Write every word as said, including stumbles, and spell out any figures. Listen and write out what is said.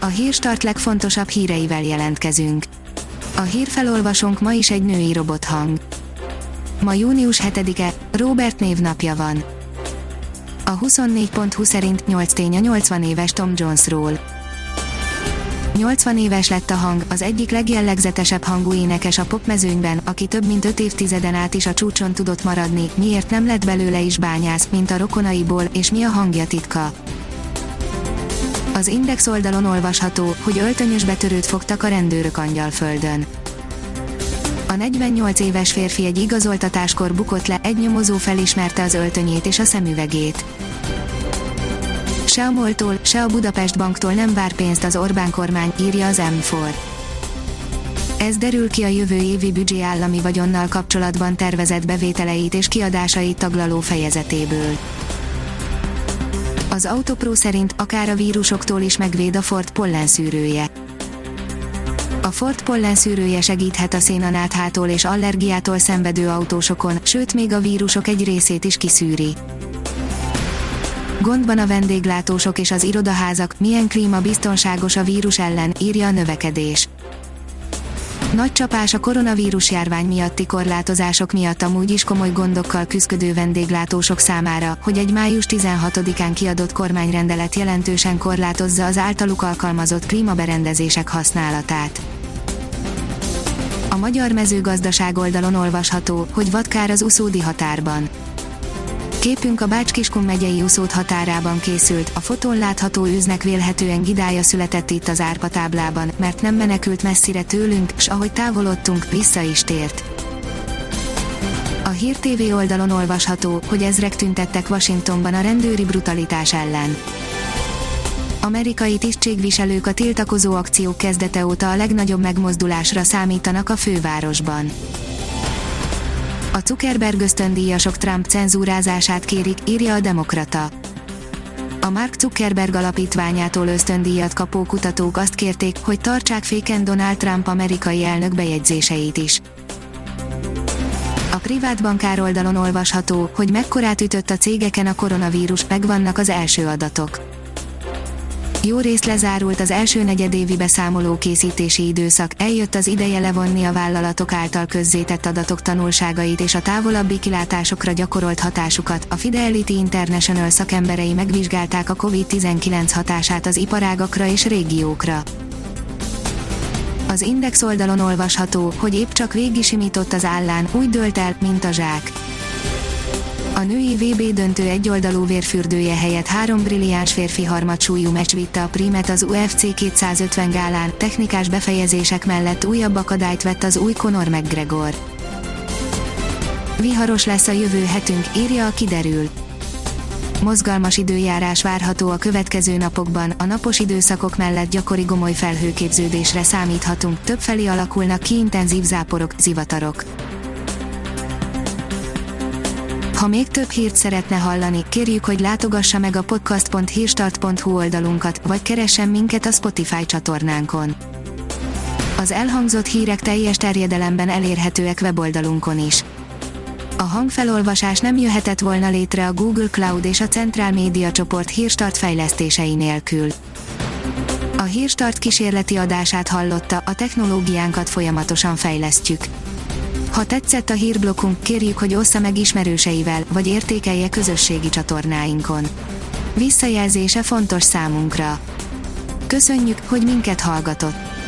A Hírstart legfontosabb híreivel jelentkezünk. A hírfelolvasónk ma is egy női robothang. Ma június hetedike, Róbert névnapja van. A huszonnégy pont hu szerint nyolc tény a nyolcvan éves Tom Jonesról. nyolcvan éves lett a hang, az egyik legjellegzetesebb hangú énekes a popmezőnyben, aki több mint öt évtizeden át is a csúcson tudott maradni, miért nem lett belőle is bányász, mint a rokonaiból, és mi a hangja titka. Az Index oldalon olvasható, hogy öltönyös betörőt fogtak a rendőrök Angyalföldön. A negyvennyolc éves férfi egy igazoltatáskor bukott le, egy nyomozó felismerte az öltönyét és a szemüvegét. Se a MOL-tól, se a Budapest Banktól nem vár pénzt az Orbán kormány, írja az M négy. Ez derül ki a jövő évi büdzsé állami vagyonnal kapcsolatban tervezett bevételeit és kiadásait taglaló fejezetéből. Az Autopro szerint akár a vírusoktól is megvéd a Ford pollenszűrője. A Ford pollenszűrője segíthet a szénanáthától és allergiától szenvedő autósokon, sőt még a vírusok egy részét is kiszűri. Gondban a vendéglátósok és az irodaházak, milyen klíma biztonságos a vírus ellen, írja a Növekedés. Nagy csapás a koronavírus járvány miatti korlátozások miatt amúgy is komoly gondokkal küszködő vendéglátósok számára, hogy egy május tizenhatodikán kiadott kormányrendelet jelentősen korlátozza az általuk alkalmazott klímaberendezések használatát. A Magyar Mezőgazdaság oldalon olvasható, hogy vadkár az uszódi határban. Képünk a Bács-Kiskun megyei Uszód határában készült, a fotón látható őznek vélhetően gidája született itt az árpatáblában, mert nem menekült messzire tőlünk, s ahogy távolodtunk, vissza is tért. A Hír té vé oldalon olvasható, hogy ezrek tüntettek Washingtonban a rendőri brutalitás ellen. Amerikai tisztségviselők a tiltakozó akciók kezdete óta a legnagyobb megmozdulásra számítanak a fővárosban. A Zuckerberg ösztöndíjasok Trump cenzúrázását kérik, írja a Demokrata. A Mark Zuckerberg alapítványától ösztöndíjat kapó kutatók azt kérték, hogy tartsák féken Donald Trump amerikai elnök bejegyzéseit is. A privát bankár oldalon olvasható, hogy mekkorát ütött a cégeken a koronavírus, megvannak az első adatok. Jó részt lezárult az első negyedévi beszámoló készítési időszak, eljött az ideje levonni a vállalatok által közzétett adatok tanulságait és a távolabbi kilátásokra gyakorolt hatásukat. A Fidelity International szakemberei megvizsgálták a kovid tizenkilenc hatását az iparágakra és régiókra. Az Index oldalon olvasható, hogy épp csak végigsimított az állán, úgy dőlt el, mint a zsák. A női vé bé döntő egyoldalú vérfürdője helyett három brilliáns férfi harmadsúlyú meccs vitte a prímet az u ef cé kétszázötven gálán, technikás befejezések mellett újabb akadályt vett az új Conor McGregor. Viharos lesz a jövő hetünk, írja a Kiderül. Mozgalmas időjárás várható a következő napokban, a napos időszakok mellett gyakori gomoly felhőképződésre számíthatunk, többfelé alakulnak ki intenzív záporok, zivatarok. Ha még több hírt szeretne hallani, kérjük, hogy látogassa meg a podcast pont hírstart pont hu oldalunkat, vagy keressen minket a Spotify csatornánkon. Az elhangzott hírek teljes terjedelemben elérhetőek weboldalunkon is. A hangfelolvasás nem jöhetett volna létre a Google Cloud és a Centrál Média csoport Hírstart fejlesztései nélkül. A Hírstart kísérleti adását hallotta, a technológiánkat folyamatosan fejlesztjük. Ha tetszett a hírblokkunk, kérjük, hogy ossza meg ismerőseivel, vagy értékelje közösségi csatornáinkon. Visszajelzése fontos számunkra. Köszönjük, hogy minket hallgatott!